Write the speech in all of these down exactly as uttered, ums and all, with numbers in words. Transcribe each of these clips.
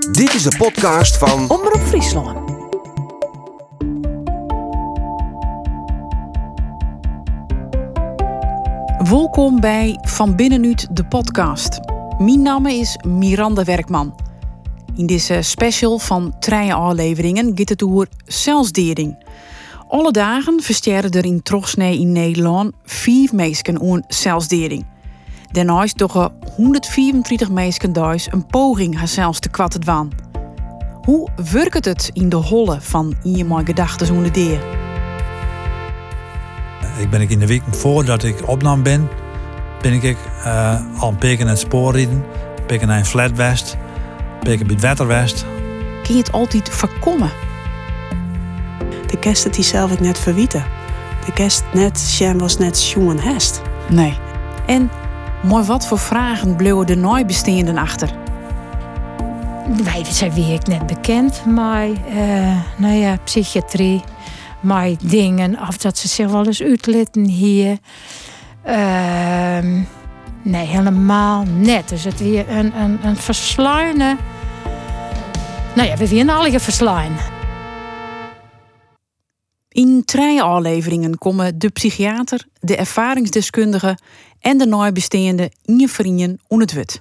Dit is de podcast van Omroep Friesland. Welkom bij Van Binnenuit de podcast. Mijn naam is Miranda Werkman. In deze special van drie afleveringen gaat het over zelfsdering. Alle dagen versterren er in Trochsnee in Nederland vijf mensen aan zelfsdering. Daarnaast doen honderdvierendertig mensen thuis een poging haar zelfs te kwatten waan. Hoe werkt het in de holle van iemand gedachten zo'n deer? Ik ben ik in de week voordat ik opnam ben, ben ik uh, al een peken naar het spoor rijden, een peken naar een flat west, een peken bij het wetter west. Kun je het altijd voorkomen? De kerst het die zelf ik net verwieten. De kerst net, Sjen was net jongen hest. Nee. En maar wat voor vragen bleven de nabestaanden achter? Wij zijn wie ik net bekend, maar uh, nou ja, psychiatrie, maar dingen, of dat ze zich wel eens uitlitten hier. Uh, nee, helemaal net. Dus het weer een, een, een versluinen. Nou ja, we weer een alge versluinen. In drie afleveringen komen de psychiater, de ervaringsdeskundige en de nabestaanden in je vrienden om het wut.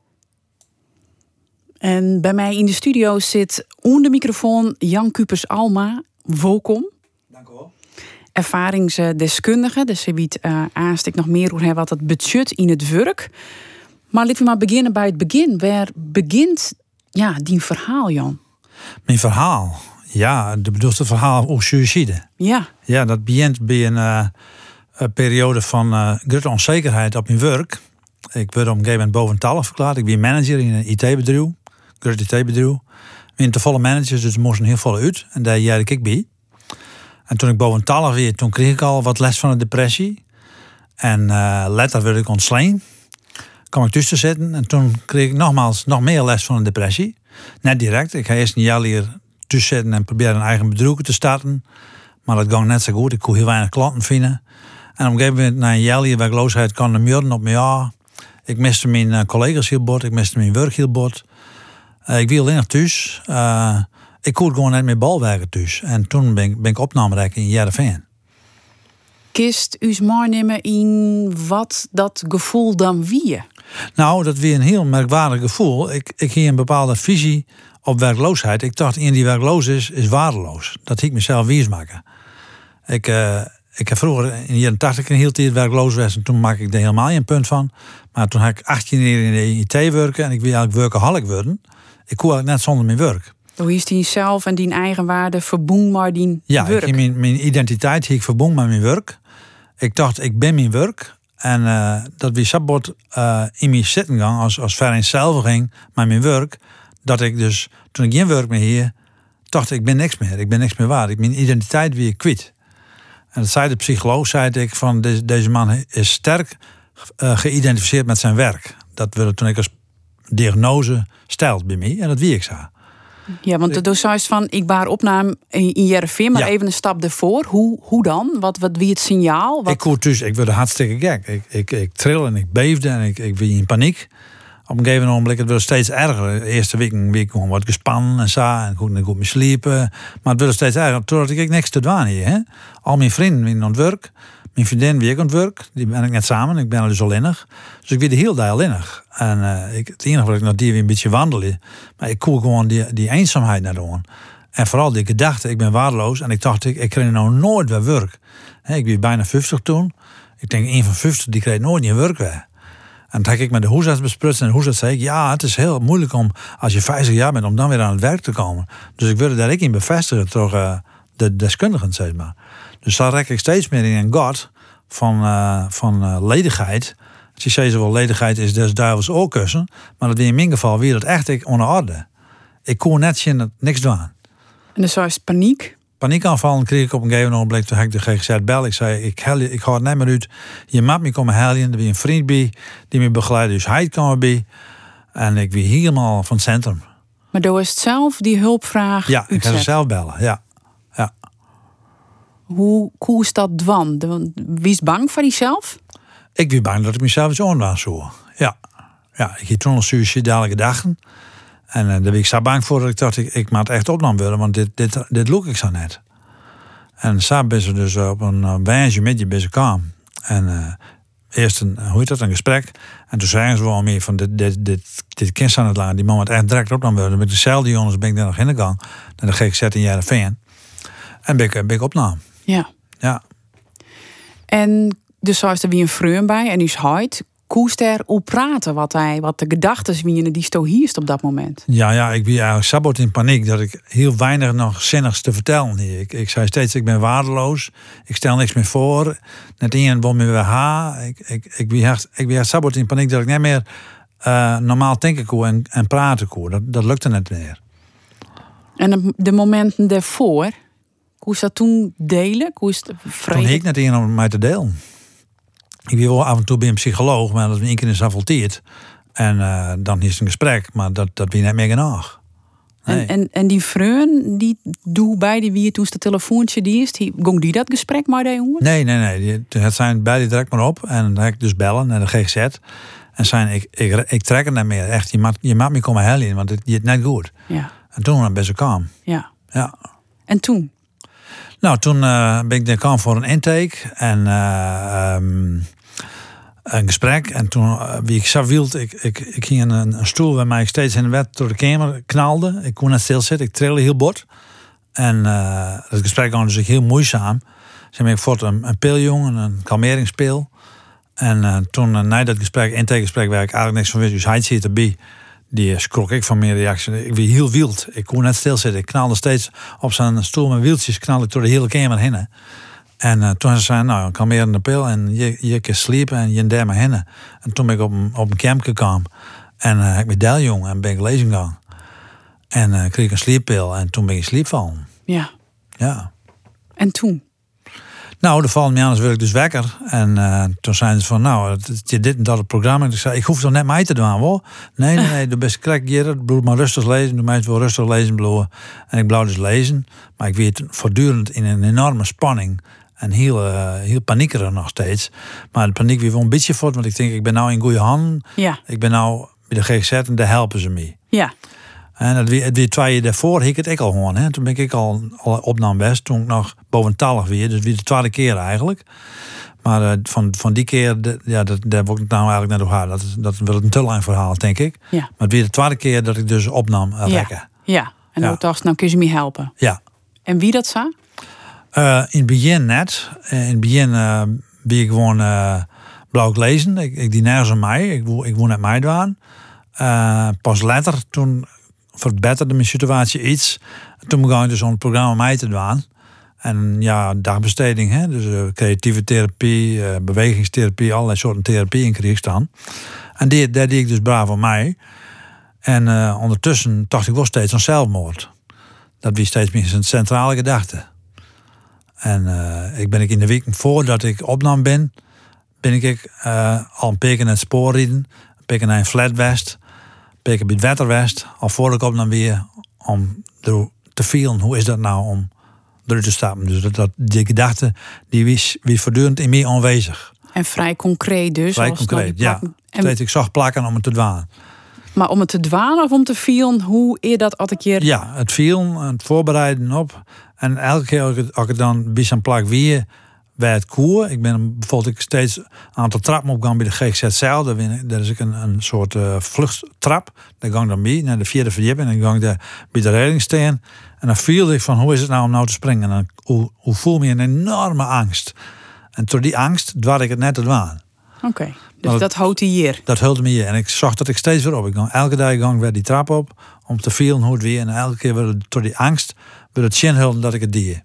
En bij mij in de studio zit onder de microfoon Jan Kupers-Alma. Welkom. Dank u wel. Ervaringsdeskundige, dus je weet uh, aanstek nog meer hoe hij wat het budget in het werk. Maar laten we maar beginnen bij het begin. Waar begint ja, die verhaal, Jan? Mijn verhaal? Ja, de bedoelde verhaal over suïcide. Ja. Ja, dat begint bij een, uh, een periode van uh, grote onzekerheid op mijn werk. Ik werd op een gegeven moment boventallig verklaard. Ik ben manager in een I T-bedrijf, een groot I T-bedrijf. We waren te volle managers, dus we moesten heel veel uit. En daar jij ik bij. En toen ik boventallig weer, toen kreeg ik al wat les van een depressie. En uh, later werd ik ontslaan. Kwam ik tussen zitten en toen kreeg ik nogmaals nog meer les van een depressie. Net direct. Ik ga eerst een jaar hier tussen zitten en probeerde een eigen bedrijf te starten. Maar dat ging net zo goed. Ik kon heel weinig klanten vinden. En op een gegeven moment, na een jaar hier werkloosheid, kwam de muren op me af. Ik miste mijn uh, collega's heel bot. Ik miste mijn werk heel bot. Uh, ik wil alleen nog thuis. Uh, ik kon gewoon net met bal werken thuis. En toen ben ik, ben ik opnamerijk in Jereveen. Kist u's waarnemen in wat dat gevoel dan wie? Nou, dat weer een heel merkwaardig gevoel. Ik, ik had een bepaalde visie op werkloosheid. Ik dacht, iemand die werkloos is, is waardeloos. Dat hield mezelf wijsmaken. Ik, uh, ik heb vroeger in de jaren tachtig een heel tijd werkloos geweest. En toen maak ik er helemaal geen punt van. Maar toen had ik achttien jaar in de I T werken. En ik wil eigenlijk workaholic worden. Ik kon eigenlijk net zonder mijn werk. Hoe is die zelf en die eigenwaarde verbonden maar die ja, werk? Ja, mijn, mijn identiteit heb ik verbonden met mijn werk. Ik dacht, ik ben mijn werk. En uh, dat wie sabot uh, in mijn zitten gang, als, als vereenzelviging met mijn werk. Dat ik dus, toen ik geen werk meer hier, dacht ik ben niks meer. Ik ben niks meer waard. Ik mijn identiteit weer kwijt. En dat zei de psycholoog, zei ik van deze, deze man is sterk uh, geïdentificeerd met zijn werk. Dat wilde toen ik als diagnose stelde bij mij. En dat wie ik zo. Ja, want de dossier van ik baar opname in Jereveen, maar ja. Even een stap ervoor. Hoe, hoe dan? Wat, wat wie het signaal? Wat... Ik koer dus, ik werd hartstikke gek. Ik, ik, ik trilde en ik beefde en ik, ik was in paniek. Op een gegeven moment het werd steeds erger. De eerste week, week gewoon wat gespannen en zo. En goed, en goed me sliepen. Maar het werd steeds erger. Totdat ik niks te doen hier. Hè? Al mijn vrienden waren aan het werk. Mijn vriendin weer aan het werk. Die ben ik net samen. Ik ben dus alleenig. Dus ik werd de hele dag alleenig. En uh, ik, het enige wat ik nog die weer een beetje wandelen. Maar ik koel gewoon die, die eenzaamheid naar doen. En vooral die gedachte, ik ben waardeloos. En ik dacht, ik, ik kreeg nou nooit weer werk. He, ik was bijna vijftig toen. Ik denk, een van vijftig die kreeg nooit meer werk weer. En toen heb ik met de huisarts besprutst. En de huisarts zei, ja, het is heel moeilijk om, als je vijftig jaar bent, om dan weer aan het werk te komen. Dus ik wilde daar ik in bevestigen, door uh, de deskundigen, zeg maar. Dus daar rek ik steeds meer in een god van, uh, van uh, ledigheid. Ze zei zo wel, ledigheid is des duivels oorkussen. Maar dat weer in mijn geval weer dat echt ik onder orde. Ik kon net zien, niks doen. En dus was paniek? Paniekaanvallen kreeg ik op een gegeven moment. Toen heb ik de G G Z bel. Ik zei, ik, hel, ik ga het niet meer uit. Je mag me komen helpen. Er was een vriend bij die me begeleidde. Dus hij kwam bij. En ik was helemaal van het centrum. Maar door is het zelf die hulpvraag? Ja, ik ga ze zelf bellen. Ja. Ja. Hoe, hoe is dat dwan? Wie is bang voor jezelf? Ik was bang dat ik mezelf eens aan zou. Ja. Ja, ik had toen al suïcidale gedachten. En uh, daar ben ik zo bang voor dat ik dacht, ik, ik moet echt opnam willen, want dit, dit, dit look ik zo net. En zo ben ze dus op een uh, wijze met je bezig kwam. En uh, eerst een, hoe heet dat, een gesprek. En toen zeiden ze wel meer van, dit, dit, dit, dit kind aan het laten, die man moet echt direct opnam willen. Dan ben ik dezelfde jongens, ben ik daar nog in de gang. En dan ga ik zetten in jaren fan. En ben ik, ben ik opnam. Ja. Ja. En dus zo is er weer een vreun bij en u huid. Koest er op praten wat hij, wat de gedachten wie die sto hierst op dat moment. Ja, ja, ik ben eigenlijk sabot in paniek dat ik heel weinig nog zinnigs te vertellen hier. Ik, ik zei steeds, ik ben waardeloos. Ik stel niks meer voor. Net in wil me weer ha. Ik, ik, ik ben echt, ik ben echt sabot in paniek dat ik niet meer uh, normaal denken kon en, en praten kon. Dat, dat lukte net meer. En de, de momenten daarvoor, koest dat toen delen? Koest Toen ik net in om mij te delen. Ik ben wel af en toe bij een psycholoog, maar dat is één keer is afvalteerd. En uh, dan is het een gesprek, maar dat, dat ben je net meer genoeg. Nee. En, en, en die vreun, die doe bij die wie toen de telefoontje die is, die, gong die dat gesprek maar de jongen? Nee, nee, nee. Die, het zijn beide direct maar op. En dan ga ik dus bellen naar de G G Z. En zijn, ik, ik, ik trek het niet meer. Echt, je maakt je maakt me komen hel in, want het is net goed. Ja. En toen ben ik best kalm. Ja. Ja. En toen? Nou, toen uh, ben ik naar kwam voor een intake. En uh, um, een gesprek. En toen, uh, wie ik zo wilde, ik, ik, ik ging in een, een stoel waar mij steeds in de wet door de kamer knalde. Ik kon net stilzitten, ik trilde heel bot. En uh, het gesprek was dus heel moeizaam. Ze heb ik voort een, een piljongen, een kalmeringspil. En uh, toen, uh, na dat gesprek, intakegesprek, waar ik eigenlijk niks van wist, dus hij zit erbij. Die schrok ik van meer reactie. Ik was heel wild. Ik kon net stilzitten. Ik knalde steeds op zijn stoel met wieltjes, knalde ik door de hele kamer heen. En uh, toen zei hij, nou, kalmerende pil en je, je kan sliepen en je daar maar heen. En toen ben ik op een, op een camp gekomen. En uh, heb ik met Deljong en ben ik lezen gegaan. En uh, kreeg ik een slieppil en toen ben ik in slaap gevallen. Ja. Ja. En toen? Nou, de vallen me aan, dus werd ik dus wekker. En uh, toen zeiden ze van, nou, het is dit en dat het programma. En ik zei, ik hoef toch net mij te doen, hoor. Nee, nee, nee, de beste krek hier, ik bedoel, maar rustig lezen. Doe mij het wel rustig lezen, bedoel. En ik blijf dus lezen. Maar ik weet voortdurend in een enorme spanning. En heel, uh, heel paniekerig nog steeds. Maar de paniek weer wel een beetje voort, want ik denk, ik ben nou in goede handen. Ja. Ik ben nou bij de G G Z en daar helpen ze me. Ja. En het weer, het weer twee jaar daarvoor hik het ik al gewoon. Hè. Toen ben ik al, al opnam best. Toen ik nog boventallig weer. Dus weer de tweede keer eigenlijk. Maar uh, van, van die keer, de, ja, dat, daar word ik nou eigenlijk net door haar. Dat, dat wordt een te lang verhaal, denk ik. Ja. Maar het weer de tweede keer dat ik dus opnam. Uh, Ja. Rekken. Ja. En Ja. dan dacht nou kun je me helpen. Ja. En wie dat zou? Uh, in het begin net. Uh, in het begin uh, ben ik gewoon uh, blauw lezen. Ik, ik die nergens aan mij. Ik, wo- ik woon net mij doen. Uh, pas later, toen verbeterde mijn situatie iets. Toen begon ik dus om het programma mij te doen. En ja, dagbesteding, hè? Dus uh, creatieve therapie, uh, bewegingstherapie, allerlei soorten therapieën kreeg ik dan. En die, daar deed ik dus braaf aan mij. En uh, ondertussen dacht ik wel steeds aan zelfmoord. Dat was steeds meer een centrale gedachte. En uh, ik ben ik in de week voordat ik opnam ben, ben ik uh, al een peken naar het spoor rijden, een peken naar een flat west, een peken bij het wetter west, al voor ik opnam weer, om er te voelen, hoe is dat nou om eruit te stappen. Dus dat, dat, die gedachte, die was, was voortdurend in mij aanwezig. En vrij concreet dus. Vrij als het concreet, nog die ja. plakken- En, Steeds, ik zag plakken om het te dwalen. maar om het te dwalen of om te vielen, hoe eer dat had ik keer. Ja, het vielen, het voorbereiden op. En elke keer als ik, het- als ik het dan bij zo'n plak weer bij het koer. Ik ben bijvoorbeeld ik steeds een aantal trappen opgegaan bij de G G Z zelf. Daar, ben ik- daar is ik een, een soort uh, vluchttrap. Daar gang ik dan bij, naar de vierde verdieping. En dan gang ik daar bij de reling staan. En dan viel ik van, hoe is het nou om nou te springen? En dan hoe, hoe voel me een enorme angst. En door die angst dwar ik het net te dwaan. Oké, dus Maar dat houdt hij hier. Dat hulde me hier. En ik zag dat ik steeds weer op. Ik ging elke dag gang weer die trap op. Om te vielen hoe het weer. En elke keer werd het door die angst. Werd het zin hulden dat ik het deed.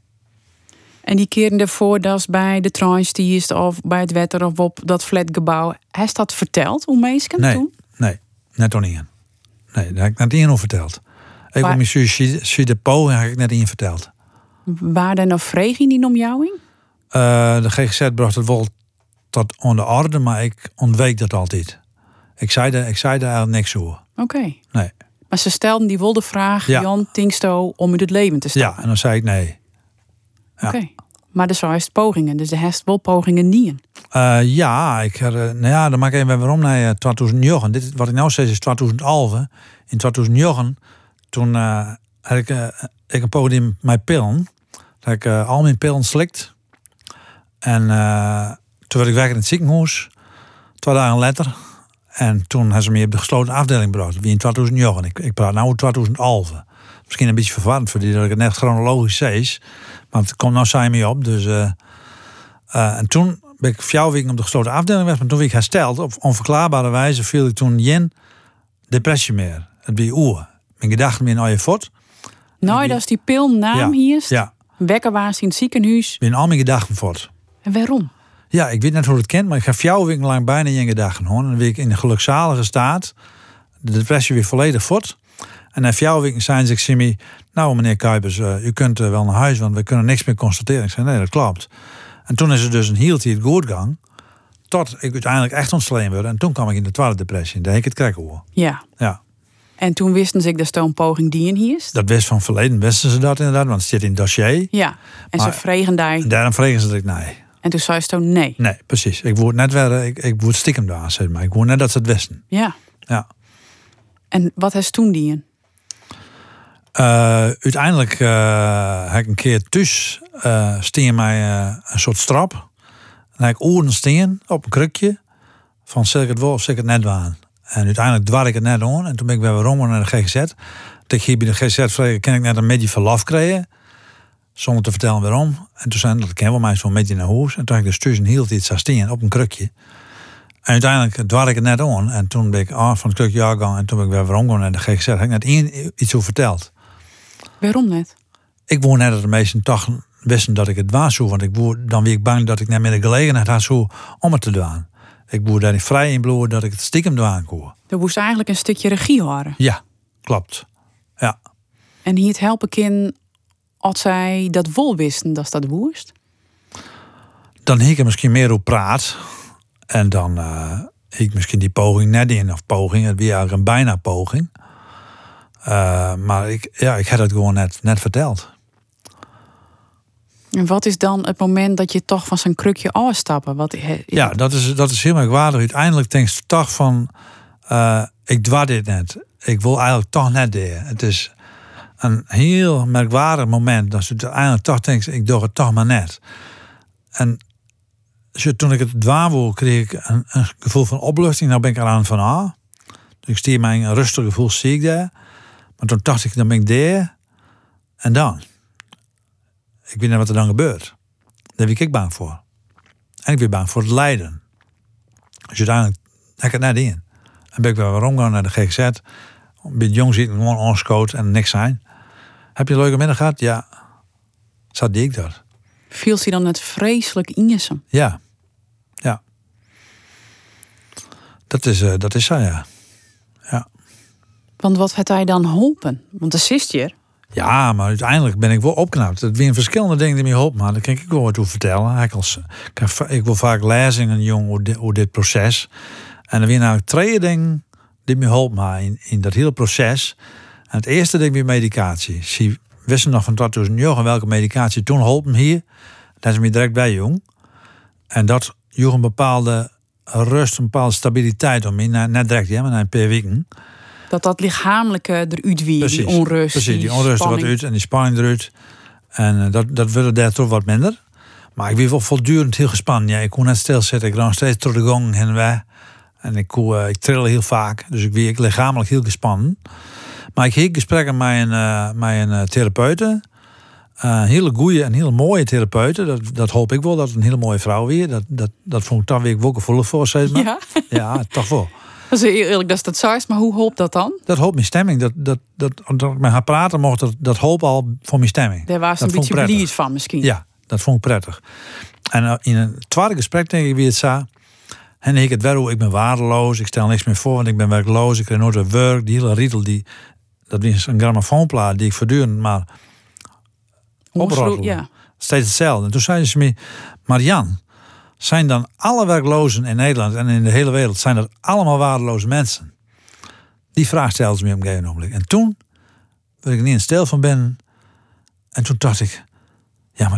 En die keren daarvoor, dat is bij de transtiest of bij het wetter of op dat flatgebouw. Hij is dat verteld, hoe meesken Nee, toen? nee. Net nog niet in. Nee, daar heb ik net niet over verteld. Ik Maar- heb mijn suicide de po heb ik net in verteld. Waar dan nog vreeg je niet om jou in? Uh, de G G Z bracht het wel tot aan de orde. Maar ik ontweek dat altijd. Ik zei daar, ik zei daar eigenlijk niks over. Oké. Nee. Maar ze stelden die wilde vraag, Ja. Jan Tinksto, om u het leven te Ja, stappen. en dan zei ik nee. Ja. Oké. Maar de zes pogingen, dus de hest wel pogingen niet. Uh, ja, ik uh, nou ja, dan maak ik even waarom naar uh, twintig negen. Dit wat ik nou zeg is twintig elf. In twintig negen toen uh, had ik, uh, ik een poging in mijn pillen. Dat ik uh, al mijn pillen slikt. En uh, toen werd ik werken in het ziekenhuis. Twee dagen later. En toen hebben ze me op de gesloten afdeling gebracht. Wie in twintig negen. Ik, ik praat nu over twintig elf. Misschien een beetje verwarrend voor die dat ik het net chronologisch zeg. Maar het komt nou saai mee op. Dus, uh, uh, en toen ben ik vier weken op de gesloten afdeling geweest. Maar toen werd ik hersteld. Op onverklaarbare wijze viel ik toen geen depressie meer. Het bij oer. Mijn gedachten meer naar je voet. Nou, dat is die pilnaam ja, hier. Ja. Wekker was in het ziekenhuis. Ben al mijn gedachten voort. En waarom? Ja, ik weet net hoe het kent, maar ik ga vier weken lang bijna geen gedachten hoor. En dan ben ik in een gelukzalige staat. De depressie weer volledig voort. En na vier weken zijn ze, ik zie me, nou meneer Kuipers, uh, u kunt uh, wel naar huis, want we kunnen niks meer constateren. Ik zei, nee, dat klopt. En toen is het dus een heel tijd goed gang, tot ik uiteindelijk echt ontsleen werd. En toen kwam ik in de tweede depressie. Daar heb ik het krijgen hoor. Ja. Ja. En toen wisten ze dat er een poging die in hier is? Dat wist van verleden, wisten ze dat inderdaad, want het zit in het dossier. Ja, en maar, ze vregen daar. En daarom vregen ze dat ik nee. En toen zei ze toen nee. Nee, precies. Ik word net weer, ik, ik word stiekem daar, zeg maar. Ik word net dat ze het wisten. Ja. Ja. En wat heeft toen die in? Uh, uiteindelijk uh, heb ik een keer thuis uh, steen mij uh, een soort strap. Dan heb ik oren steen op een krukje van zeker het wel of zeker het net waan. En uiteindelijk dwar ik het net aan en toen ben ik weer rond naar de G G Z. Toen ik hier bij de G G Z vregen, kan ik net een medie verlof krijgen. Zonder te vertellen waarom. En toen zei dat ik wel mij zo'n medie naar huis. En toen heb ik dus thuis een heel tijd steen op een krukje. En uiteindelijk dwar ik het net aan. En toen ben ik aan van het krukje aangegaan. En toen ben ik weer rond naar de G G Z. Heb ik net één iets over verteld. Waarom net? Ik woon net dat de meesten toch wisten dat ik het was zo. Want ik woon, dan weer ik bang dat ik net meer de gelegenheid had zo om het te doen. Ik woon daar niet vrij in bloeien dat ik het stiekem doen kon. Er moest eigenlijk een stukje regie houden. Ja, klopt. Ja. En hier het helpen kind als zij dat wel wisten dat dat woest? Dan hik ik misschien meer op praat. En dan uh, ik misschien die poging net in. Of poging, het was eigenlijk een bijna poging. Uh, maar ik, ja, ik heb het gewoon net, net verteld. En wat is dan het moment dat je toch van zijn krukje afstappen? Wat, he, ja, dat is, dat is heel merkwaardig. Uiteindelijk denk je toch van, uh, ik dwar dit net. Ik wil eigenlijk toch net dit. Het is een heel merkwaardig moment. Dat je uiteindelijk toch denkt, ik doe het toch maar net. En toen ik het dwar wil, kreeg ik een, een gevoel van opluchting. Nou ben ik eraan van, ah. Dus ik stier mijn een rustig gevoel, zie ik daar. Maar toen dacht ik, dan ben ik daar. En dan? Ik weet niet wat er dan gebeurt. Daar ben ik bang voor. En ik ben bang voor het lijden. Dus uiteindelijk heb ik het net in. En ben ik weer rondgaan naar de G G Z. Bij het jong zitten, gewoon onscoot en niks zijn. Heb je een leuke middag gehad? Ja. Zat die ik daar. Viel ze dan net vreselijk in je? Ja. Ja. Dat is, uh, dat is zo, ja. Ja. Want wat had hij dan geholpen? Want de sister. Ja, maar uiteindelijk ben ik wel opknapt. Het zijn verschillende dingen die me helpen, maar daar kan ik wel wat over vertellen. Ik, als, ik wil vaak lezingen, jong, hoe dit, hoe dit proces. En er zijn nou twee dingen die me helpen in, in dat hele proces. En het eerste ding weer medicatie. Ze wisten nog van twintig negen welke medicatie toen hielp hier. Dat is me direct bij, jong. En dat joeg een bepaalde rust, een bepaalde stabiliteit om me. Net direct, ja, maar na een paar weken. Dat dat lichamelijke eruit wie, precies, die onrust. Precies, die, die onrust spanning. er wat uit en die spanning eruit. En uh, dat, dat wilde daar toch wat minder. Maar ik ben wel voortdurend heel gespannen. Ja, ik kon net stilzitten, ik ran steeds door de gang heen en weg. En ik, kon, uh, ik trille heel vaak, dus ik ben ik lichamelijk heel gespannen. Maar ik heb gesprekken met een, uh, met een uh, therapeute. Een uh, hele goede en hele mooie therapeute. Dat, dat hoop ik wel, dat het een hele mooie vrouw weer. Dat, dat, dat vond ik dan weer wel gevoelig voor, zeg maar. Ja? Ja, toch wel. Dat is eerlijk dat is dat zo is, maar hoe hoopt dat dan? Dat hoopt mijn stemming. Dat, dat, dat, dat ik met haar praten mocht, dat, dat hoop al voor mijn stemming. Daar was een Dat vond ik beetje prettig. blies van misschien. Ja, dat vond ik prettig. En uh, in een tweede gesprek denk ik wie het zei. En ik het wel, ik ben waardeloos, ik stel niks meer voor, want ik ben werkloos, ik krijg nooit weer werk. Die hele riedel, die, dat is een grammofoonplaat die ik voortdurend maar oproddel. Ja. Steeds hetzelfde. En toen zeiden ze me, Marian, zijn dan alle werklozen in Nederland en in de hele wereld, zijn dat allemaal waardeloze mensen? Die vraag stelde ze me op een gegeven moment. En toen werd ik er niet in stil van ben. En toen dacht ik, ja, maar dat,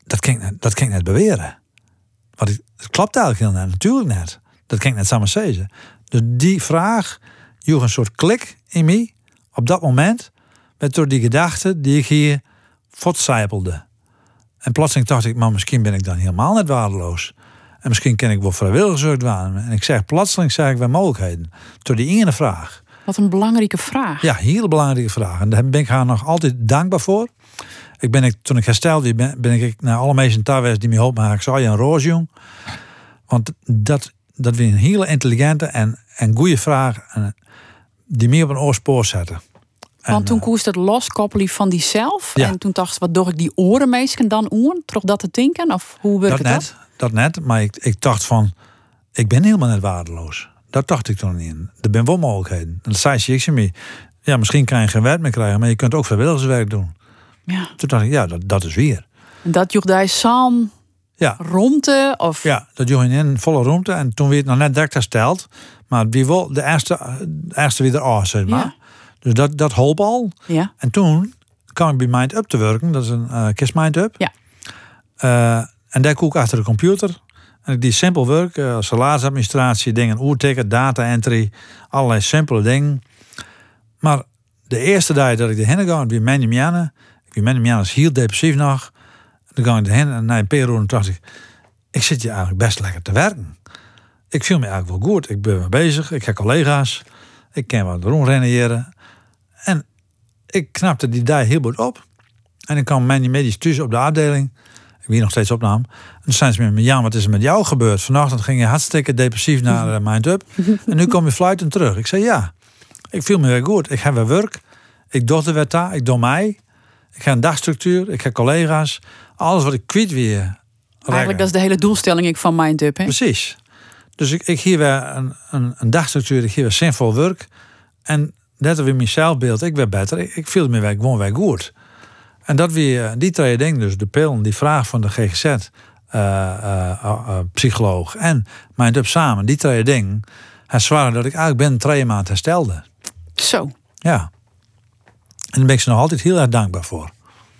dat kan ik net, dat kan ik net beweren. Want ik, het klopt eigenlijk heel net, natuurlijk net. Dat kan ik net samen zeggen. Dus die vraag joeg een soort klik in mij op dat moment, met door die gedachte die ik hier voortcijpelde. En plotseling dacht ik, maar misschien ben ik dan helemaal net waardeloos. En misschien kan ik wel vrijwilligerswerk doen. En ik zeg, plotseling zeg ik weer mogelijkheden. Door die ene vraag. Wat een belangrijke vraag. Ja, hele belangrijke vraag. En daar ben ik haar nog altijd dankbaar voor. Ik ben ik, toen ik herstelde ben, ben ik naar alle mensen thuis die me hielpen. Maar ik zei je een roos, jong. Want dat, dat weer een hele intelligente en, en goede vraag. En, die meer op een oorspoor zetten. Want en, toen uh, koest het loskoppelen van die zelf. Ja. En toen dacht ik, wat doe ik die orenmeesken dan oen? Terug dat te tinken? Of hoe werkt dat het net, dat net. Maar ik, ik dacht van, ik ben helemaal net waardeloos. Dat dacht ik toen niet. Er zijn wel mogelijkheden. En dat zei ze, ik zei me, ja, misschien kan je geen werk meer krijgen, maar je kunt ook vrijwilligerswerk doen. Ja. Toen dacht ik, ja, dat, dat is weer. En dat joeg daar San Ja. Romte? Of... Ja, dat joeg in een volle ruimte. En toen werd het nog net direct hersteld. Maar wie wel de eerste, de eerste weer af, zeg maar. Ja. Dus dat, dat holp al. Ja. En toen kwam ik bij Mind Up te werken. Dat is een uh, kist Mind Up. Ja. Uh, en daar koek ik achter de computer. En ik die simpel werk. Uh, salarisadministratie, dingen, oertikken, data entry. Allerlei simpele dingen. Maar de eerste dag dat ik erheen ga, bij mijn Mianne. Bij mijn Mianne is heel depressief nog. Dan ga ik erheen en na een paar uur dacht ik, ik zit hier eigenlijk best lekker te werken. Ik voel me eigenlijk wel goed. Ik ben me bezig. Ik heb collega's. Ik kan wat rondrennen. En ik knapte die dag heel goed op. En ik kwam mijn medisch thuis op de afdeling. Ik wie nog steeds opnam. En toen zijn ze met me, Jan, wat is er met jou gebeurd? Vanochtend ging je hartstikke depressief naar uh, Mind Up. En nu kom je fluitend terug. Ik zei ja, ik voel me weer goed. Ik heb weer werk. Ik doe de wet daar. Ik doe mij. Ik heb een dagstructuur. Ik heb collega's. Alles wat ik kwijt weer. Eigenlijk dat is de hele doelstelling ik van Mind Up. Hè? Precies. Dus ik, ik hier weer een, een, een dagstructuur. Ik hier weer zinvol werk. En dat weer mijn zelfbeeld. Ik werd beter. Ik, ik viel me weer gewoon weer goed. En dat weer die twee dingen, dus de pillen, die vraag van de G G Z, uh, uh, uh, psycholoog en Mind Up samen, die twee dingen, het zware dat ik eigenlijk binnen twee maanden herstelde. Zo. Ja. En daar ben ik ze nog altijd heel erg dankbaar voor.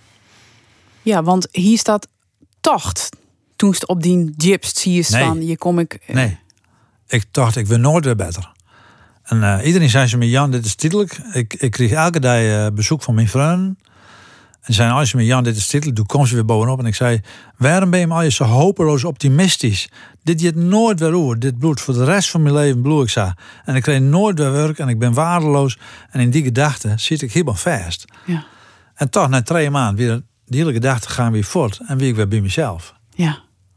Ja, want hier staat tocht. Toen ze op die gyps zie je Nee. van, hier kom ik. Uh, Nee. Ik dacht, ik wil nooit weer beter. En uh, iedereen zei ze me, Jan, dit is tijdelijk. Ik, ik kreeg elke dag uh, bezoek van mijn vrienden. En zeiden als je me, Jan, dit is titel, toen kom ze weer bovenop. En ik zei, waarom ben je al je zo hopeloos optimistisch? Dit je nooit weer over. Dit bloed voor de rest van mijn leven bloed ik zo. En ik kreeg nooit weer werk en ik ben waardeloos. En in die gedachte zit ik helemaal vast. Ja. En toch na twee maanden weer die hele gedachten gaan weer voort. En weer ik weer bij mezelf. Ja.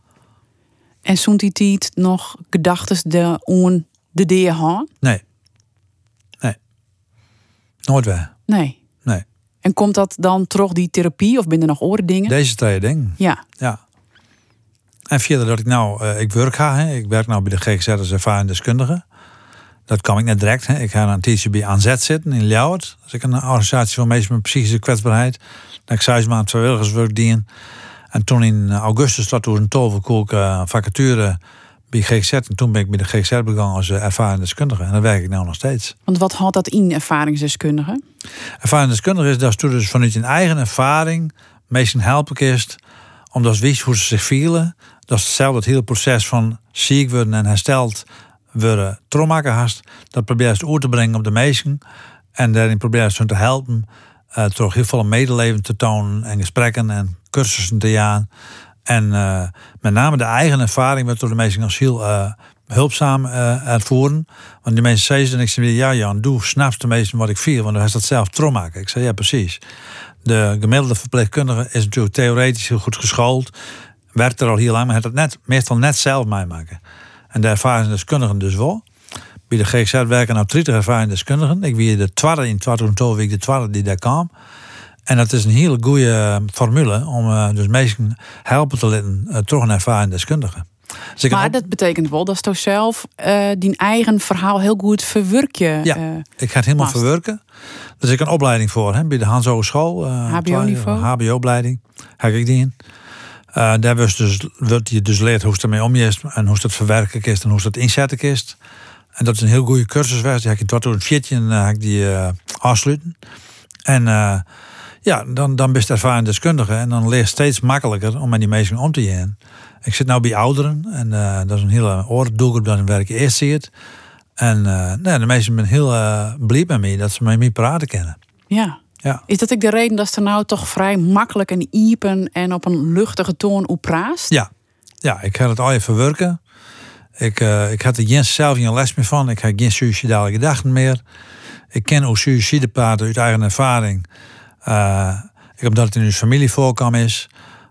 En zo'n die tijd nog gedachten de on de D H? Nee. Nee. Nooit weer. Nee. Nee. En komt dat dan terug die therapie of ben er nog andere dingen? Deze twee dingen. Ja. Ja. En verder dat ik nou, uh, ik werk ga, hè. Ik werk nou bij de G G Z als ervaringsdeskundige. Dat kwam ik net direct. Hè. Ik ga een tijdje bij A N Z zitten in Ljouwert. Dat is een organisatie voor mensen met psychische kwetsbaarheid. Dat ik zes maanden vrijwilligerswerk dien. En toen in augustus dat toen een toverkoek uh, vacature bij G G Z. En toen ben ik bij de G G Z begonnen als uh, ervaringsdeskundige. En daar werk ik nou nog steeds. Want wat houdt dat in, ervaringsdeskundige? Ervaringsdeskundige is dat je dus vanuit je eigen ervaring mensen helpen kist omdat ze weten hoe ze zich voelen. Dat is hetzelfde het hele proces van ziek worden en hersteld worden traumaken hast. Dat probeer je over te brengen op de mensen. En daarin probeer je ze te helpen. Uh, toch heel veel medeleven te tonen en gesprekken en cursussen te gaan. En uh, met name de eigen ervaring wordt door de mensen als heel uh, hulpzaam uh, ervoeren. Want die mensen zeggen, en ik zeg ja Jan, doe snapt de meesten wat ik voel, want dan is dat zelf traumaken. Ik zei ja precies. De gemiddelde verpleegkundige is natuurlijk theoretisch heel goed geschoold. Werkt er al heel lang, maar heeft het net, meestal net zelf meemaken. En de ervaringsdeskundigen dus wel. Bij de G G Z werken nou dertig ervaringsdeskundigen. Ik wie de tweede in twaalf week de tweede die daar kwam. En dat is een hele goede formule om uh, dus mensen helpen te laten uh, toch een ervaringsdeskundige. Dus maar op... dat betekent wel dat je toch zelf uh, die eigen verhaal heel goed verwerk je. Ja, uh, ik ga het helemaal mast. verwerken. Dus ik heb een opleiding voor hè, bij de Hans Hogeschool. Uh, H B O-niveau? H B O-opleiding. Heb ik die in. Uh, daar wordt dus, wordt je dus leert hoe je ermee om je en hoe je het verwerken kist en hoe je het inzetten kist. En dat is een heel goede cursus. Die heb ik in twaalf veertien uh, heb ik die uh, afsluiten. En uh, Ja, dan, dan ben je ervaren deskundige en dan leer je steeds makkelijker om met die mensen om te gaan. Ik zit nu bij ouderen en uh, dat is een hele oordoelgroep dat een werk eerst ziet. En uh, nee, de mensen zijn heel uh, blij met mij dat ze met mij praten kennen. Ja. Ja. Is dat ook de reden dat ze er nou toch vrij makkelijk en iepen en op een luchtige toon op praat? Ja. Ja, ik ga het al even verwerken. Ik, uh, ik had er geen zelf geen les meer van. Ik heb geen suïcidale gedachten meer. Ik ken hoe suïcide praten uit eigen ervaring. Uh, ik heb dat het in uw familie voorkwam is.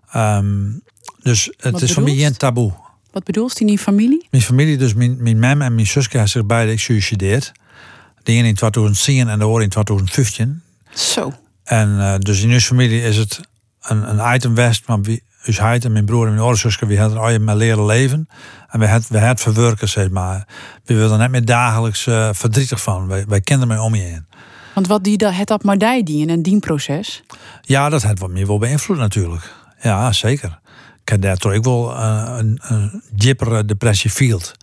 Um, dus het Wat is voor mij bedoelst? geen taboe. Wat bedoelt die in familie? Mijn familie, dus mijn, mijn mem en mijn zusje, hebben zich beide gesuicideerd. De ene in twintig tien en de andere in twintig vijftien. Zo. En uh, dus in uw familie is het een, een item west, maar wie, dus hij en mijn broer en mijn oudere zusje, we hadden al maar leren leven. En we hadden we het verwerken, zeg maar. We wilden net meer dagelijks uh, verdrietig van. Wij, wij kenden mij om je heen. Want wat die dat het op maar die die in een dienproces? Ja, dat heeft wat meer wel beïnvloed natuurlijk. Ja, zeker. Ik heb daar toch ook wel uh, een, een dieper depressie field.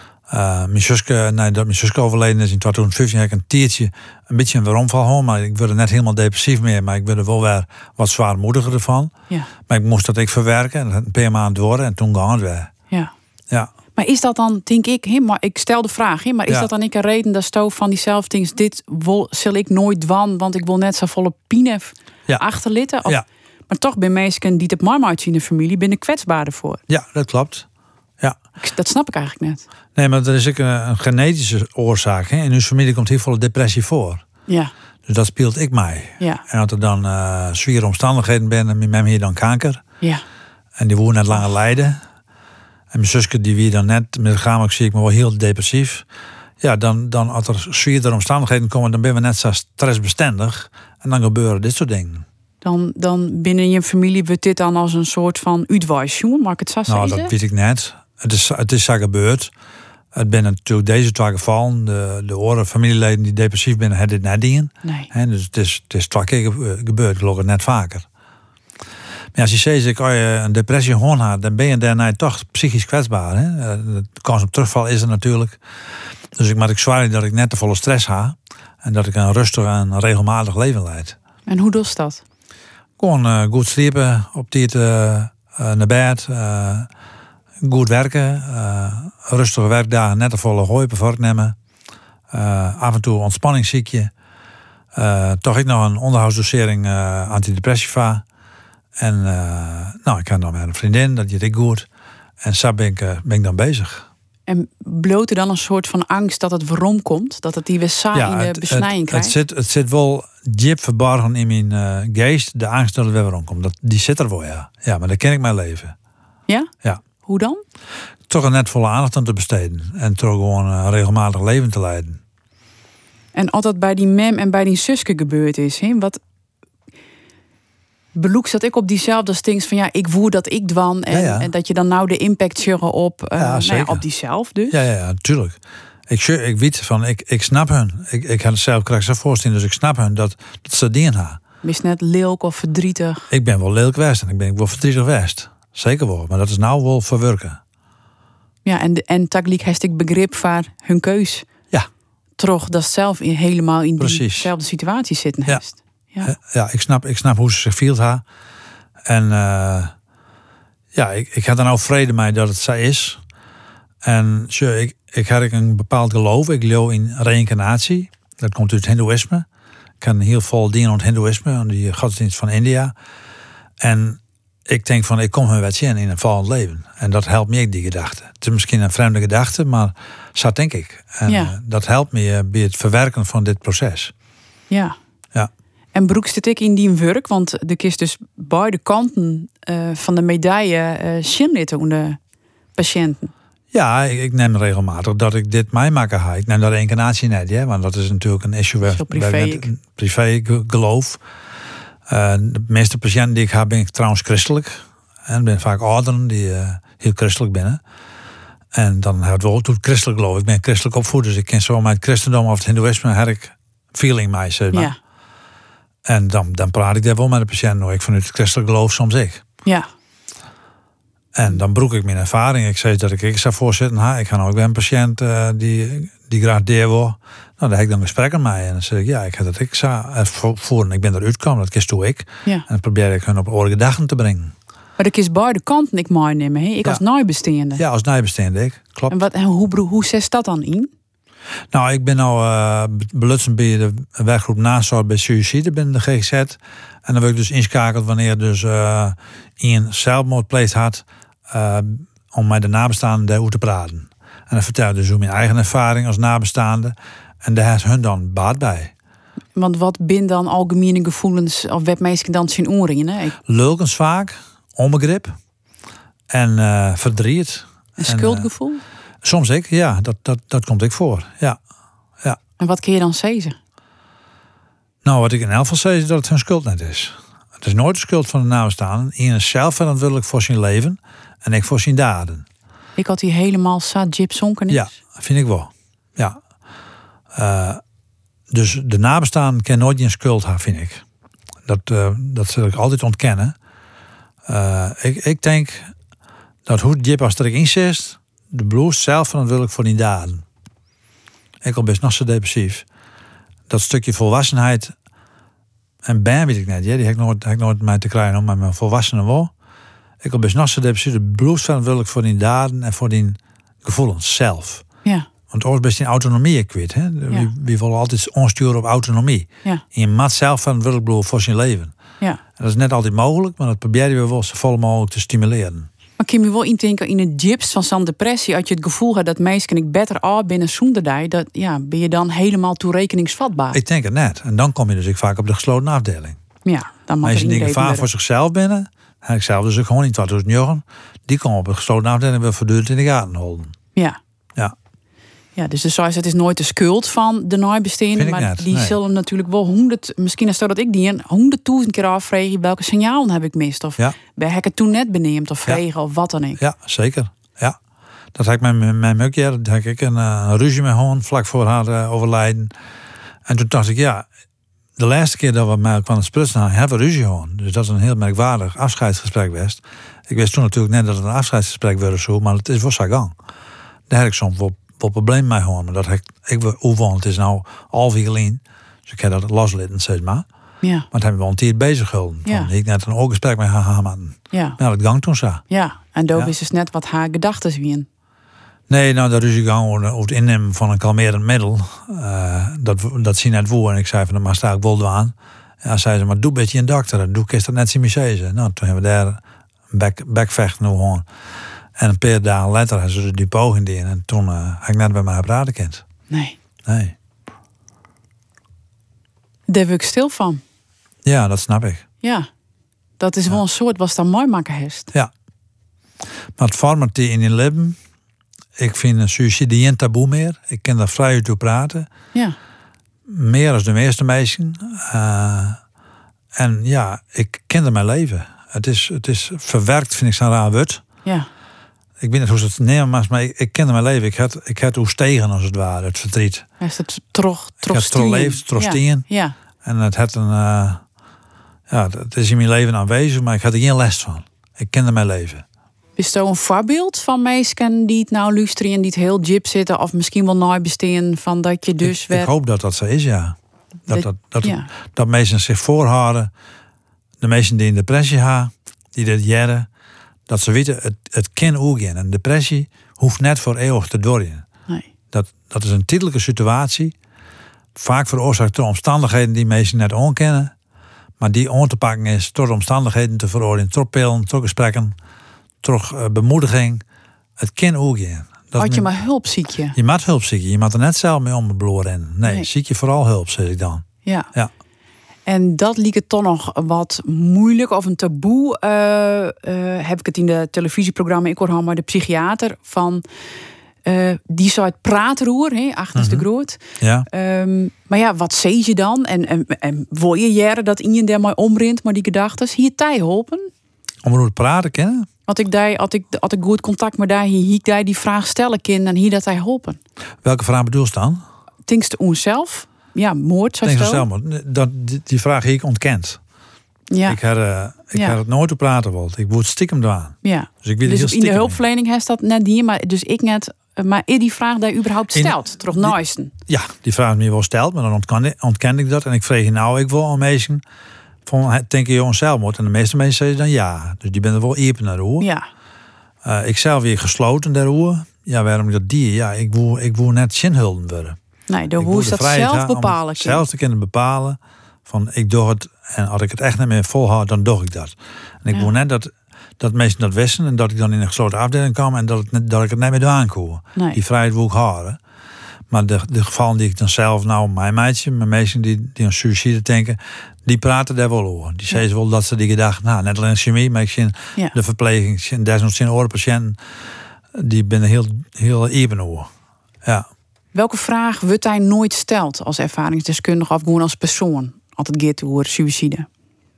Uh, mijn zusje, nee, dat mijn zusje overleden is in twintig vijftien, heb ik een tiertje, een beetje een weeromval gehad, maar ik werd er net helemaal depressief meer, maar ik werd er wel weer wat zwaarmoediger ervan. Ja. Maar ik moest dat ik verwerken, en dat een paar maanden door en toen ging het weer. Ja. Ja. Maar is dat dan, denk ik, he, maar ik stel de vraag, he, maar is Ja. dat dan ik een reden dat stoof van diezelfde dingen, dit wil, zal ik nooit dwan, want ik wil net zo volle pinef Ja. achterlitten? Of, Ja. Maar toch ben mensen die het mama uit in de familie, ben ik kwetsbaar ervoor. Ja, dat klopt. Ja. Ik- Dat snap ik eigenlijk net. Nee, maar er is ook een, een genetische oorzaak. Hè? In uw familie komt heel veel depressie voor. Ja, Dus dat speelt ik mij. ja, En dat er dan uh, zware omstandigheden zijn, en mijn mem hier dan kanker. ja. En die woont net langer lijden. En mijn zusje, die wie dan net, met lichamelijk zie ik me wel heel depressief. Ja, dan, dan als er zwaardere omstandigheden komen, dan ben we net zo stressbestendig. En dan gebeuren dit soort dingen. Dan, dan binnen je familie wordt dit dan als een soort van uitwijsjoen, mag ik het zo Nou, zeggen? dat weet ik net. Het is, het is zo gebeurd. Het zijn natuurlijk deze twee gevallen. De, de oren familieleden die depressief zijn, hebben dit net dingen. Nee. He, dus het is, het is twee keer ge- gebeurd, geloof ik, net vaker. Maar als je zegt, als je een depressie gewoon had, dan ben je daarna toch psychisch kwetsbaar. Hè? Eh, De kans op terugval is er natuurlijk. Dus ik maak ik zwaar dat ik net te volle stress ha. En dat ik een rustig en regelmatig leven leid. En hoe doe je dat? Gewoon uh, goed sliepen, op tijd uh, uh, naar bed, uh, goed werken, uh, rustige werkdagen, net een volle hooi per vork nemen. Uh, af en toe ontspanningsziekje. Uh, toch ik nog een onderhoudsdosering uh, antidepressiva. En uh, nou, ik heb dan met een vriendin, dat deed ik goed. En zo ben ik, uh, ben ik dan bezig. En bloot er dan een soort van angst dat het waarom komt? Dat het die we saai in de het, besnijing het, krijgt? het, zit, het zit wel diep verborgen in mijn uh, geest, de angst dat het weer waarom komt. Dat, die zit er wel, ja. Ja, maar dat ken ik mijn leven. Ja? Ja. Hoe dan? Toch een net volle aandacht aan te besteden. En toch gewoon een regelmatig leven te leiden. En altijd bij die mem en bij die zuske gebeurd is. Hè? Wat beloeks dat ik op diezelfde stings van ja, ik voer dat ik dwan. En, Ja, ja. en dat je dan nou de impact sjuggen op, uh, Ja, nou ja, zeker. op diezelf dus. Ja, ja, ja, natuurlijk. Ik, zeur- ik weet van, ik, ik snap hun. Ik, ik had het zelf graag zo voorstellen, dus ik snap hun dat, dat ze dien hebben. Is net leuk of verdrietig. Ik ben wel lelijk geweest en ik ben wel verdrietig geweest. Zeker wel, maar dat is nou wel verwerken. Ja, en, de- en tagelijk heeft ik begrip voor hun keus. Ja. Toch dat ze zelf in, helemaal in Precies. diezelfde situatie zitten Ja. heeft. Ja. Eh, Ja, ik snap, ik snap hoe ze zich voelt ha. En uh, ja, ik, ik had er nou vrede mee dat het zo is. En zo, ik, ik had een bepaald geloof. Ik geloof in reïncarnatie. Dat komt uit het hindoeïsme. Ik kan heel veel dienen aan het hindoeïsme, aan die godsdienst van India. En ik denk van, ik kom hun wat zien in een volgend leven. En dat helpt me, die gedachte. Het is misschien een vreemde gedachte, maar zo denk ik. En Ja. uh, dat helpt me uh, bij het verwerken van dit proces. Ja. Ja. En broekst het ik in die werk, want de kist dus beide kanten uh, van de medaille uh, shinlitten aan de patiënten. Ja, ik, ik neem regelmatig dat ik dit meemaken ga. Ik neem dat reïncarnatie net, ja, want dat is natuurlijk een issue waar Zo privé waar ik ik. met privé ge- geloof. Uh, de meeste patiënten die ik heb, ben ik trouwens christelijk. En ben vaak ouderen die uh, heel christelijk binnen. En dan heb ik wel toe christelijk geloof. Ik ben christelijk opvoed, dus ik ken zo met het christendom of het hindoeïsme heb ik feeling mij, zeg maar. Ja. En dan, dan praat ik daar wel met de patiënt. Nou, ik vanuit het christelijk geloof soms ik. Ja. En dan broek ik mijn ervaring. Ik zei dat ik ik zou voorzitten. Ha, ik ga ook bij een patiënt uh, die, die graag deer wil. Nou, daar heb ik dan gesprekken mee. En dan zeg ik, ja, ik ga dat ik zou voeren. Ik ben eruit gekomen, dat kiest doe ik. Ja. En dan probeer ik hun op oorlijke dagen te brengen. Maar dat is beide kanten ik mooi nemen. He? Ik Ja. als nijbestaande. Ja, als nijbestaande, ik. Klopt. En, wat, en hoe, hoe zet dat dan in? Nou, ik ben nou uh, belutsen bij de werkgroep nazorg bij suïcide binnen de G G Z. En dan word ik dus inschakeld wanneer dus uh, iemand zelfmoord gepleegd had. Uh, om met de nabestaanden daarover te praten. En dan vertel ik dus hoe mijn eigen ervaring als nabestaande. En daar heeft hun dan baat bij. Want wat binnen dan algemene gevoelens of webmeesken dan zijn oren? Hè? Ik- Lulkens vaak, onbegrip en uh, verdriet. Een En, schuldgevoel? uh, soms ik, ja, dat, dat, dat komt ik voor. Ja. Ja. En wat kun je dan zeggen? Nou, wat ik in elk geval zeg is dat het hun schuld net is. Het is nooit de schuld van de nabestaanden. Iedereen is zelf verantwoordelijk voor zijn leven en ik voor zijn daden. Ik had hier helemaal zat Jip zonken is. Ja, vind ik wel. Ja. Uh, dus de nabestaanden kan nooit een schuld hebben, vind ik. Dat, uh, dat zal ik altijd ontkennen. Uh, ik, ik denk dat hoe Jip als er ik in zit, de bloed zelf verantwoordelijk voor die daden. Ik al best nog zo depressief. Dat stukje volwassenheid en ben weet ik net, ja, die heb ik nooit, heb ik nooit mij te krijgen, maar mijn volwassenen wel. Ik al best nog zo depressief, de bloed verantwoordelijk voor die daden en voor die gevoelens zelf. Ja, Want oors best in autonomie ik weet, hè? Ja. We, we willen altijd onsturen op autonomie. ja, Je maakt zelf verantwoordelijk bloed voor zijn leven. ja. En dat is net altijd mogelijk, maar dat proberen we wel zo vol mogelijk te stimuleren. Maar kun je me wel indenken in het Jips van zo'n depressie, als je het gevoel hebt dat mensen ik beter af binnen zonder die, dat ja, ben je dan helemaal toerekeningsvatbaar? Ik denk het net. En dan kom je dus ik vaak op de gesloten afdeling. Ja, dan mag er Mensen die ingrepen gevaar worden. voor zichzelf binnen, en ik zelf dus ook gewoon niet wat doet Jurgen, die komen op de gesloten afdeling weer voortdurend in de gaten houden. Ja. Ja. Ja, dus de zoals het is nooit de schuld van de nabestaanden, Vind ik maar net, die nee. zullen natuurlijk wel honderd, misschien is dat dat ik die een honderdduizend keer afvregen welke signalen heb ik mist of Ja. ben ik het toen net beneemd of vregen of wat dan ook. Ja, zeker. Ja. Dat had ik met mijn, mijn mukje, dat had ik een, uh, een ruzie met gewoon vlak voor haar uh, overlijden. En toen dacht ik, ja, de laatste keer dat we mij kwam sprutsen hadden, hebben we ruzie gewoon. Dus dat is een heel merkwaardig afscheidsgesprek geweest. Ik wist toen natuurlijk net dat het een afscheidsgesprek werd of zo, maar het is voor zijn gang. Daar heb ik soms wel, wel probleem mee gewoon. Maar dat heb ik, ik hoe het is nou half jaar geleden. Dus ik heb dat loslitten, zeg maar. Ja, Maar het hebben we wel een tier bezig gehouden. Ja. Van, ik net een ooggesprek met haar gehad. ja, Nou, dat gang toen zo. ja. En Doof Ja. is dus net wat haar gedachten zijn. Nee, nou, dat ruzie gang over over het innemen van een kalmerend middel. Uh, dat, dat zie net voor. En ik zei van, maar sta ik wel aan. Ja, zei ze, maar doe een beetje een dokter. Doe ik dat net zien zeggen. Nou, toen hebben we daar een bek, bekvecht nu gewoon. En een paar dagen later hebben ze die poging in. En toen uh, heb ik net bij mij praten gekend. Nee, Nee. daar word ik stil van. Ja, dat snap ik. Ja, dat is wel een soort was dan mooi maken heeft. Ja. Maar het vormt die in je leven. Ik vind een suïcide geen taboe meer. Ik kan daar vrij uit over praten. Ja, Meer dan de meeste mensen. Uh, en ja, ik kende mijn leven. Het is, het is verwerkt, vind ik zo'n raar woord. ja, Ik weet niet hoe ze het nemen, maar ik, ik kende mijn leven. Ik had, ik had hoe stegen als het ware, het verdriet. is het trog, Ik had trog leefd, trostien. Ja, En het had een, uh, ja, het is in mijn leven aanwezig, maar ik had er geen last van. Ik kende mijn leven. is er een voorbeeld van mensen die het nou luisteren en die het heel jip zitten of misschien wel nabestaan van dat je dus ik, werd. ik hoop dat dat zo is, ja. Dat, dat, dat, ja. dat mensen zich voorhouden. De mensen die een depressie hebben, die dit jaren, dat ze weten, het, het kan ook in. Een depressie hoeft net voor eeuwig te doorgaan. Nee. Dat, dat is een tijdelijke situatie. Vaak veroorzaakt door omstandigheden die mensen net onkennen. Maar die on te pakken is door de omstandigheden te veroordelen. Door pillen, door gesprekken, door uh, bemoediging. Het kan ook in. Dat Had is je mijn- maar hulp ziek je. Je moet hulp zoeken. Je moet er net zelf mee om rennen. Nee, Nee. ziek je vooral hulp, zeg ik dan. Ja. Ja. En dat liep het toch nog wat moeilijk of een taboe. eh, eh, heb ik het in de televisieprogramma Ik hoor maar de psychiater van eh, die zou het pratenroer, hè, achter is de Mhm. groot. Ja. Ehm, maar ja, wat zie je dan? En, en, en wil je jaren dat in je daar maar omrint, maar die gedachten hier tij helpen? Om erover te praten kennen. Want ik daar, had ik, had ik goed contact met daar, hier ik daar die vraag stellen kind en hier dat hij helpen. Welke vraag bedoel je dan? Tinkst onszelf? Ja, moord, zo Denk zo. zelf maar. Dat, die, die vraag heb ik ontkend. Ja. Ik had, uh, ik Ja. had het nooit te praten willen. Ik word stiekem doen. Ja. Dus ik weet Dus heel in de stiekem. hulpverlening heeft dat net hier, maar dus ik net. Maar is die vraag daar überhaupt In- stelt? Terug nooisten. Ja, die vraag is me wel stelt, maar dan ontken ik, ontken ik dat. En ik vreeg je nou ik wel aan mensen van, denk je aan zelfmoord? En de meeste mensen zeggen dan ja. Dus die ben er wel open naar hoe. Ja. Uh, ik zelf weer gesloten daarover. Ja, waarom dat die? Ja, ik wil, ik wil net zinhulden worden. Nee, de Ik hoe wil is de dat vrijheid zelf hebben om bepalen. het zelf te kunnen bepalen. Van ik doe het en als ik het echt niet meer volhoud, dan doe ik dat. En ik Ja. wil net dat, dat mensen dat wisten en dat ik dan in een gesloten afdeling kwam en dat, het net, dat ik het niet meer aankom. Nee. Die vrijheid wil ik houden. Maar de, de gevallen die ik dan zelf, nou, mijn meisje, mijn mensen die, die aan suïcide denken, die praten daar wel over. Die zeggen wel dat ze die gedachten, nou, net alleen chemie, maar ik zie Ja. de verpleging, ik zie desnoods zijn orenpatiënten, die ben er heel, heel even over. Ja. Welke vraag wordt hij nooit stelt als ervaringsdeskundige of gewoon als persoon? Altijd gaat over suïcide.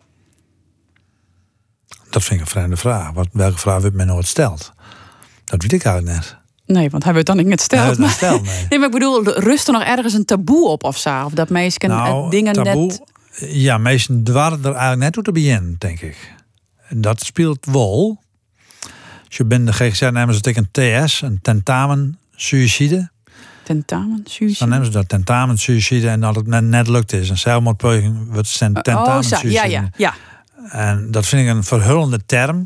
Dat vind ik een vreemde vraag. Wat, welke vraag wordt mij nooit stelt? Dat weet ik eigenlijk net. Nee, want hij wordt dan niet net stelt. Hij wordt maar, niet stelt, nee. nee, maar ik bedoel, rust er nog ergens een taboe op of zo? Of dat mensen Nou, dingen taboe, net. Ja, meesten dwaren er eigenlijk net toe te beginnen, denk ik. En dat speelt wel. Als je bent de G G Z nemen ze een T S, een tentamen suïcide. Tentamen, suïcide. Dan nemen ze dat tentamen suïcide en dat het net, net lukt is. Een zelfmoordpoging wordt een tentamen oh, zo, suïcide. ja, ja, ja. En dat vind ik een verhullende term.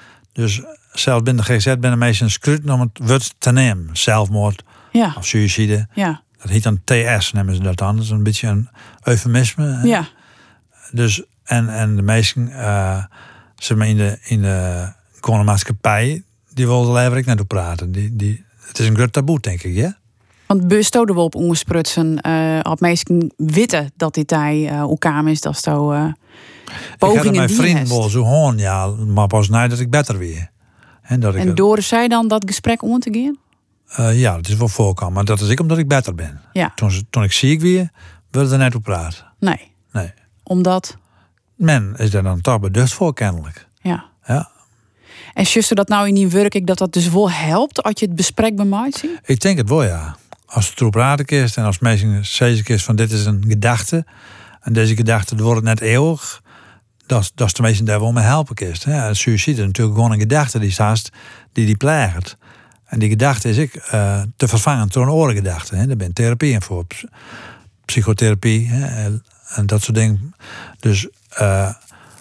Dus zelfs binnen de G G Z ben de meesten scruten om het woord te nemen. Zelfmoord Ja, of suïcide. ja, Dat heet dan T S, nemen ze dat dan. Dat is een beetje een eufemisme. ja. Dus, en, en de meesten, uh, zeg maar in de, in de gewone maatschappij, die wilden er even naartoe praten. Die, die, het is een groot taboe, denk ik, ja? Want bestoden we op ongesprutsen, uh, op meesten weten dat dit hij uh, hoe kwam is, dat is zo uh, pogingen ik had mijn die vriend heeft. wel zo hoorn, ja, maar pas na dat ik beter weer. En, dat ik En het- door zij dan dat gesprek om te gaan? uh, ja, dat is wel voorkomen, maar dat is ik omdat ik beter ben. Ja, Toen, ze- toen ik ziek weer, wilde er naartoe praten. nee. Nee. Omdat, Men is er dan toch beducht voor, kennelijk. ja. Ja. En zuster dat nou in die werk, ik dat dat dus wel helpt als je het besprek bij mij ziet? Ik denk het wel, ja. Als het erop raden is en als mensen zeggen is van dit is een gedachte en deze gedachte wordt net eeuwig, dat is- dat is de meesten daar wel mee helpen is. Ja, suïcide is natuurlijk gewoon een gedachte die haast die die pleegt. En die gedachte is ik uh, te vervangen door een orengedachte. Hè. Daar ben therapieën voor, Ps- psychotherapie hè, en, en dat soort dingen. Dus uh,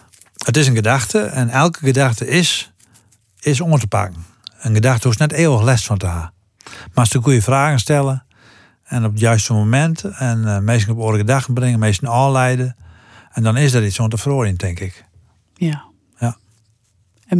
het is een gedachte en elke gedachte is, is om te pakken. Een gedachte hoeft net eeuwig les van te hebben. Maar als de goede vragen stellen en op het juiste moment en uh, meestal op oren gedachten brengen, meestal aanleiden. En dan is er iets om te verhoren, denk ik. Ja. Ja. En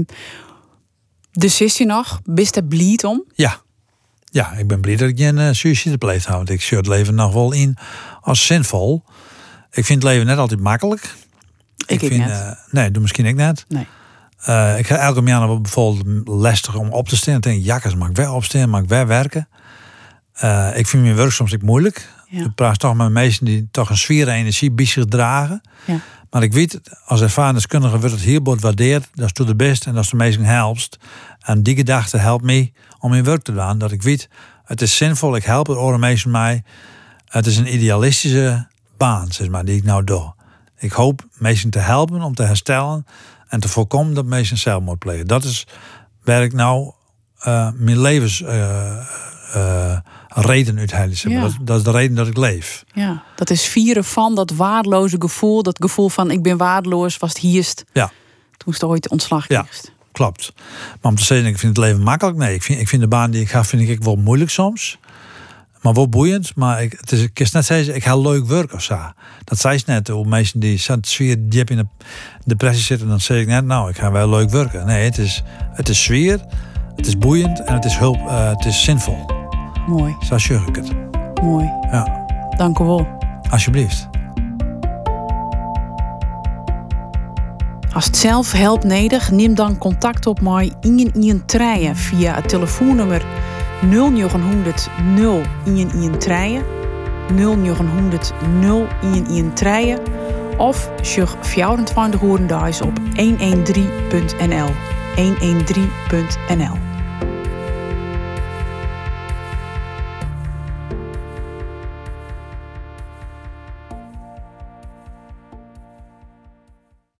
de zus je nog, bist er blied om? Ja. Ja, ik ben blij dat ik geen uh, suïcide pleeg heb. Want ik zie het leven nog wel in als zinvol. Ik vind het leven net altijd makkelijk. Ik, ik vind, net. uh, nee, doe misschien ik net. Nee. Uh, ik ga elke maand bijvoorbeeld lastig om op te staan. Ik denk, jakkers, mag ik weer opstaan, mag ik weer werken. Uh, ik vind mijn werk soms ook moeilijk. Ja. Ik praat toch met mensen die toch een sfeer en energie bij zich dragen. Ja. Maar ik weet, als ervaringsdeskundige wordt het heel goed waardeerd. Dat is toe de best en dat is de meesten helpt. En die gedachte helpt me om mijn werk te doen. Dat ik weet, het is zinvol, ik help het andere mensen mij. Het is een idealistische baan, zeg maar, die ik nou doe. Ik hoop mensen te helpen om te herstellen en te voorkomen dat mensen zelfmoord plegen. Dat is waar ik nou uh, mijn levens uh, uh, reden uiteindelijk zeg maar. Ja. dat, dat is de reden dat ik leef. Ja, dat is vieren van dat waardeloze gevoel. Dat gevoel van ik ben waardeloos was het hierst. Ja. Toen is er ooit ontslag Ja. kreeg. Klopt. Maar om te zeggen, ik vind het leven makkelijk. Nee, ik vind, ik vind de baan die ik ga, vind ik wel moeilijk soms. Maar wel boeiend. Maar ik, het is, ik kan net zeggen, ik ga leuk werk of zo. Dat zei ze net. Hoe mensen die zat sfeer diep in de depressie zitten, dan zeg ik net, nou, ik ga wel leuk werken. Nee, het is, het is sfeer, het is boeiend en het is hulp, uh, het is zinvol. Mooi, Zo zeg ik het. mooi. Ja, Dank u wel. alsjeblieft. Als het zelf helpt nodig, neem dan contact op mij in een treien via het telefoonnummer nul negen nul nul in een treien nul negen nul nul in een treien of zeg vierentwintig uur op honderddertien punt n l honderddertien punt n l.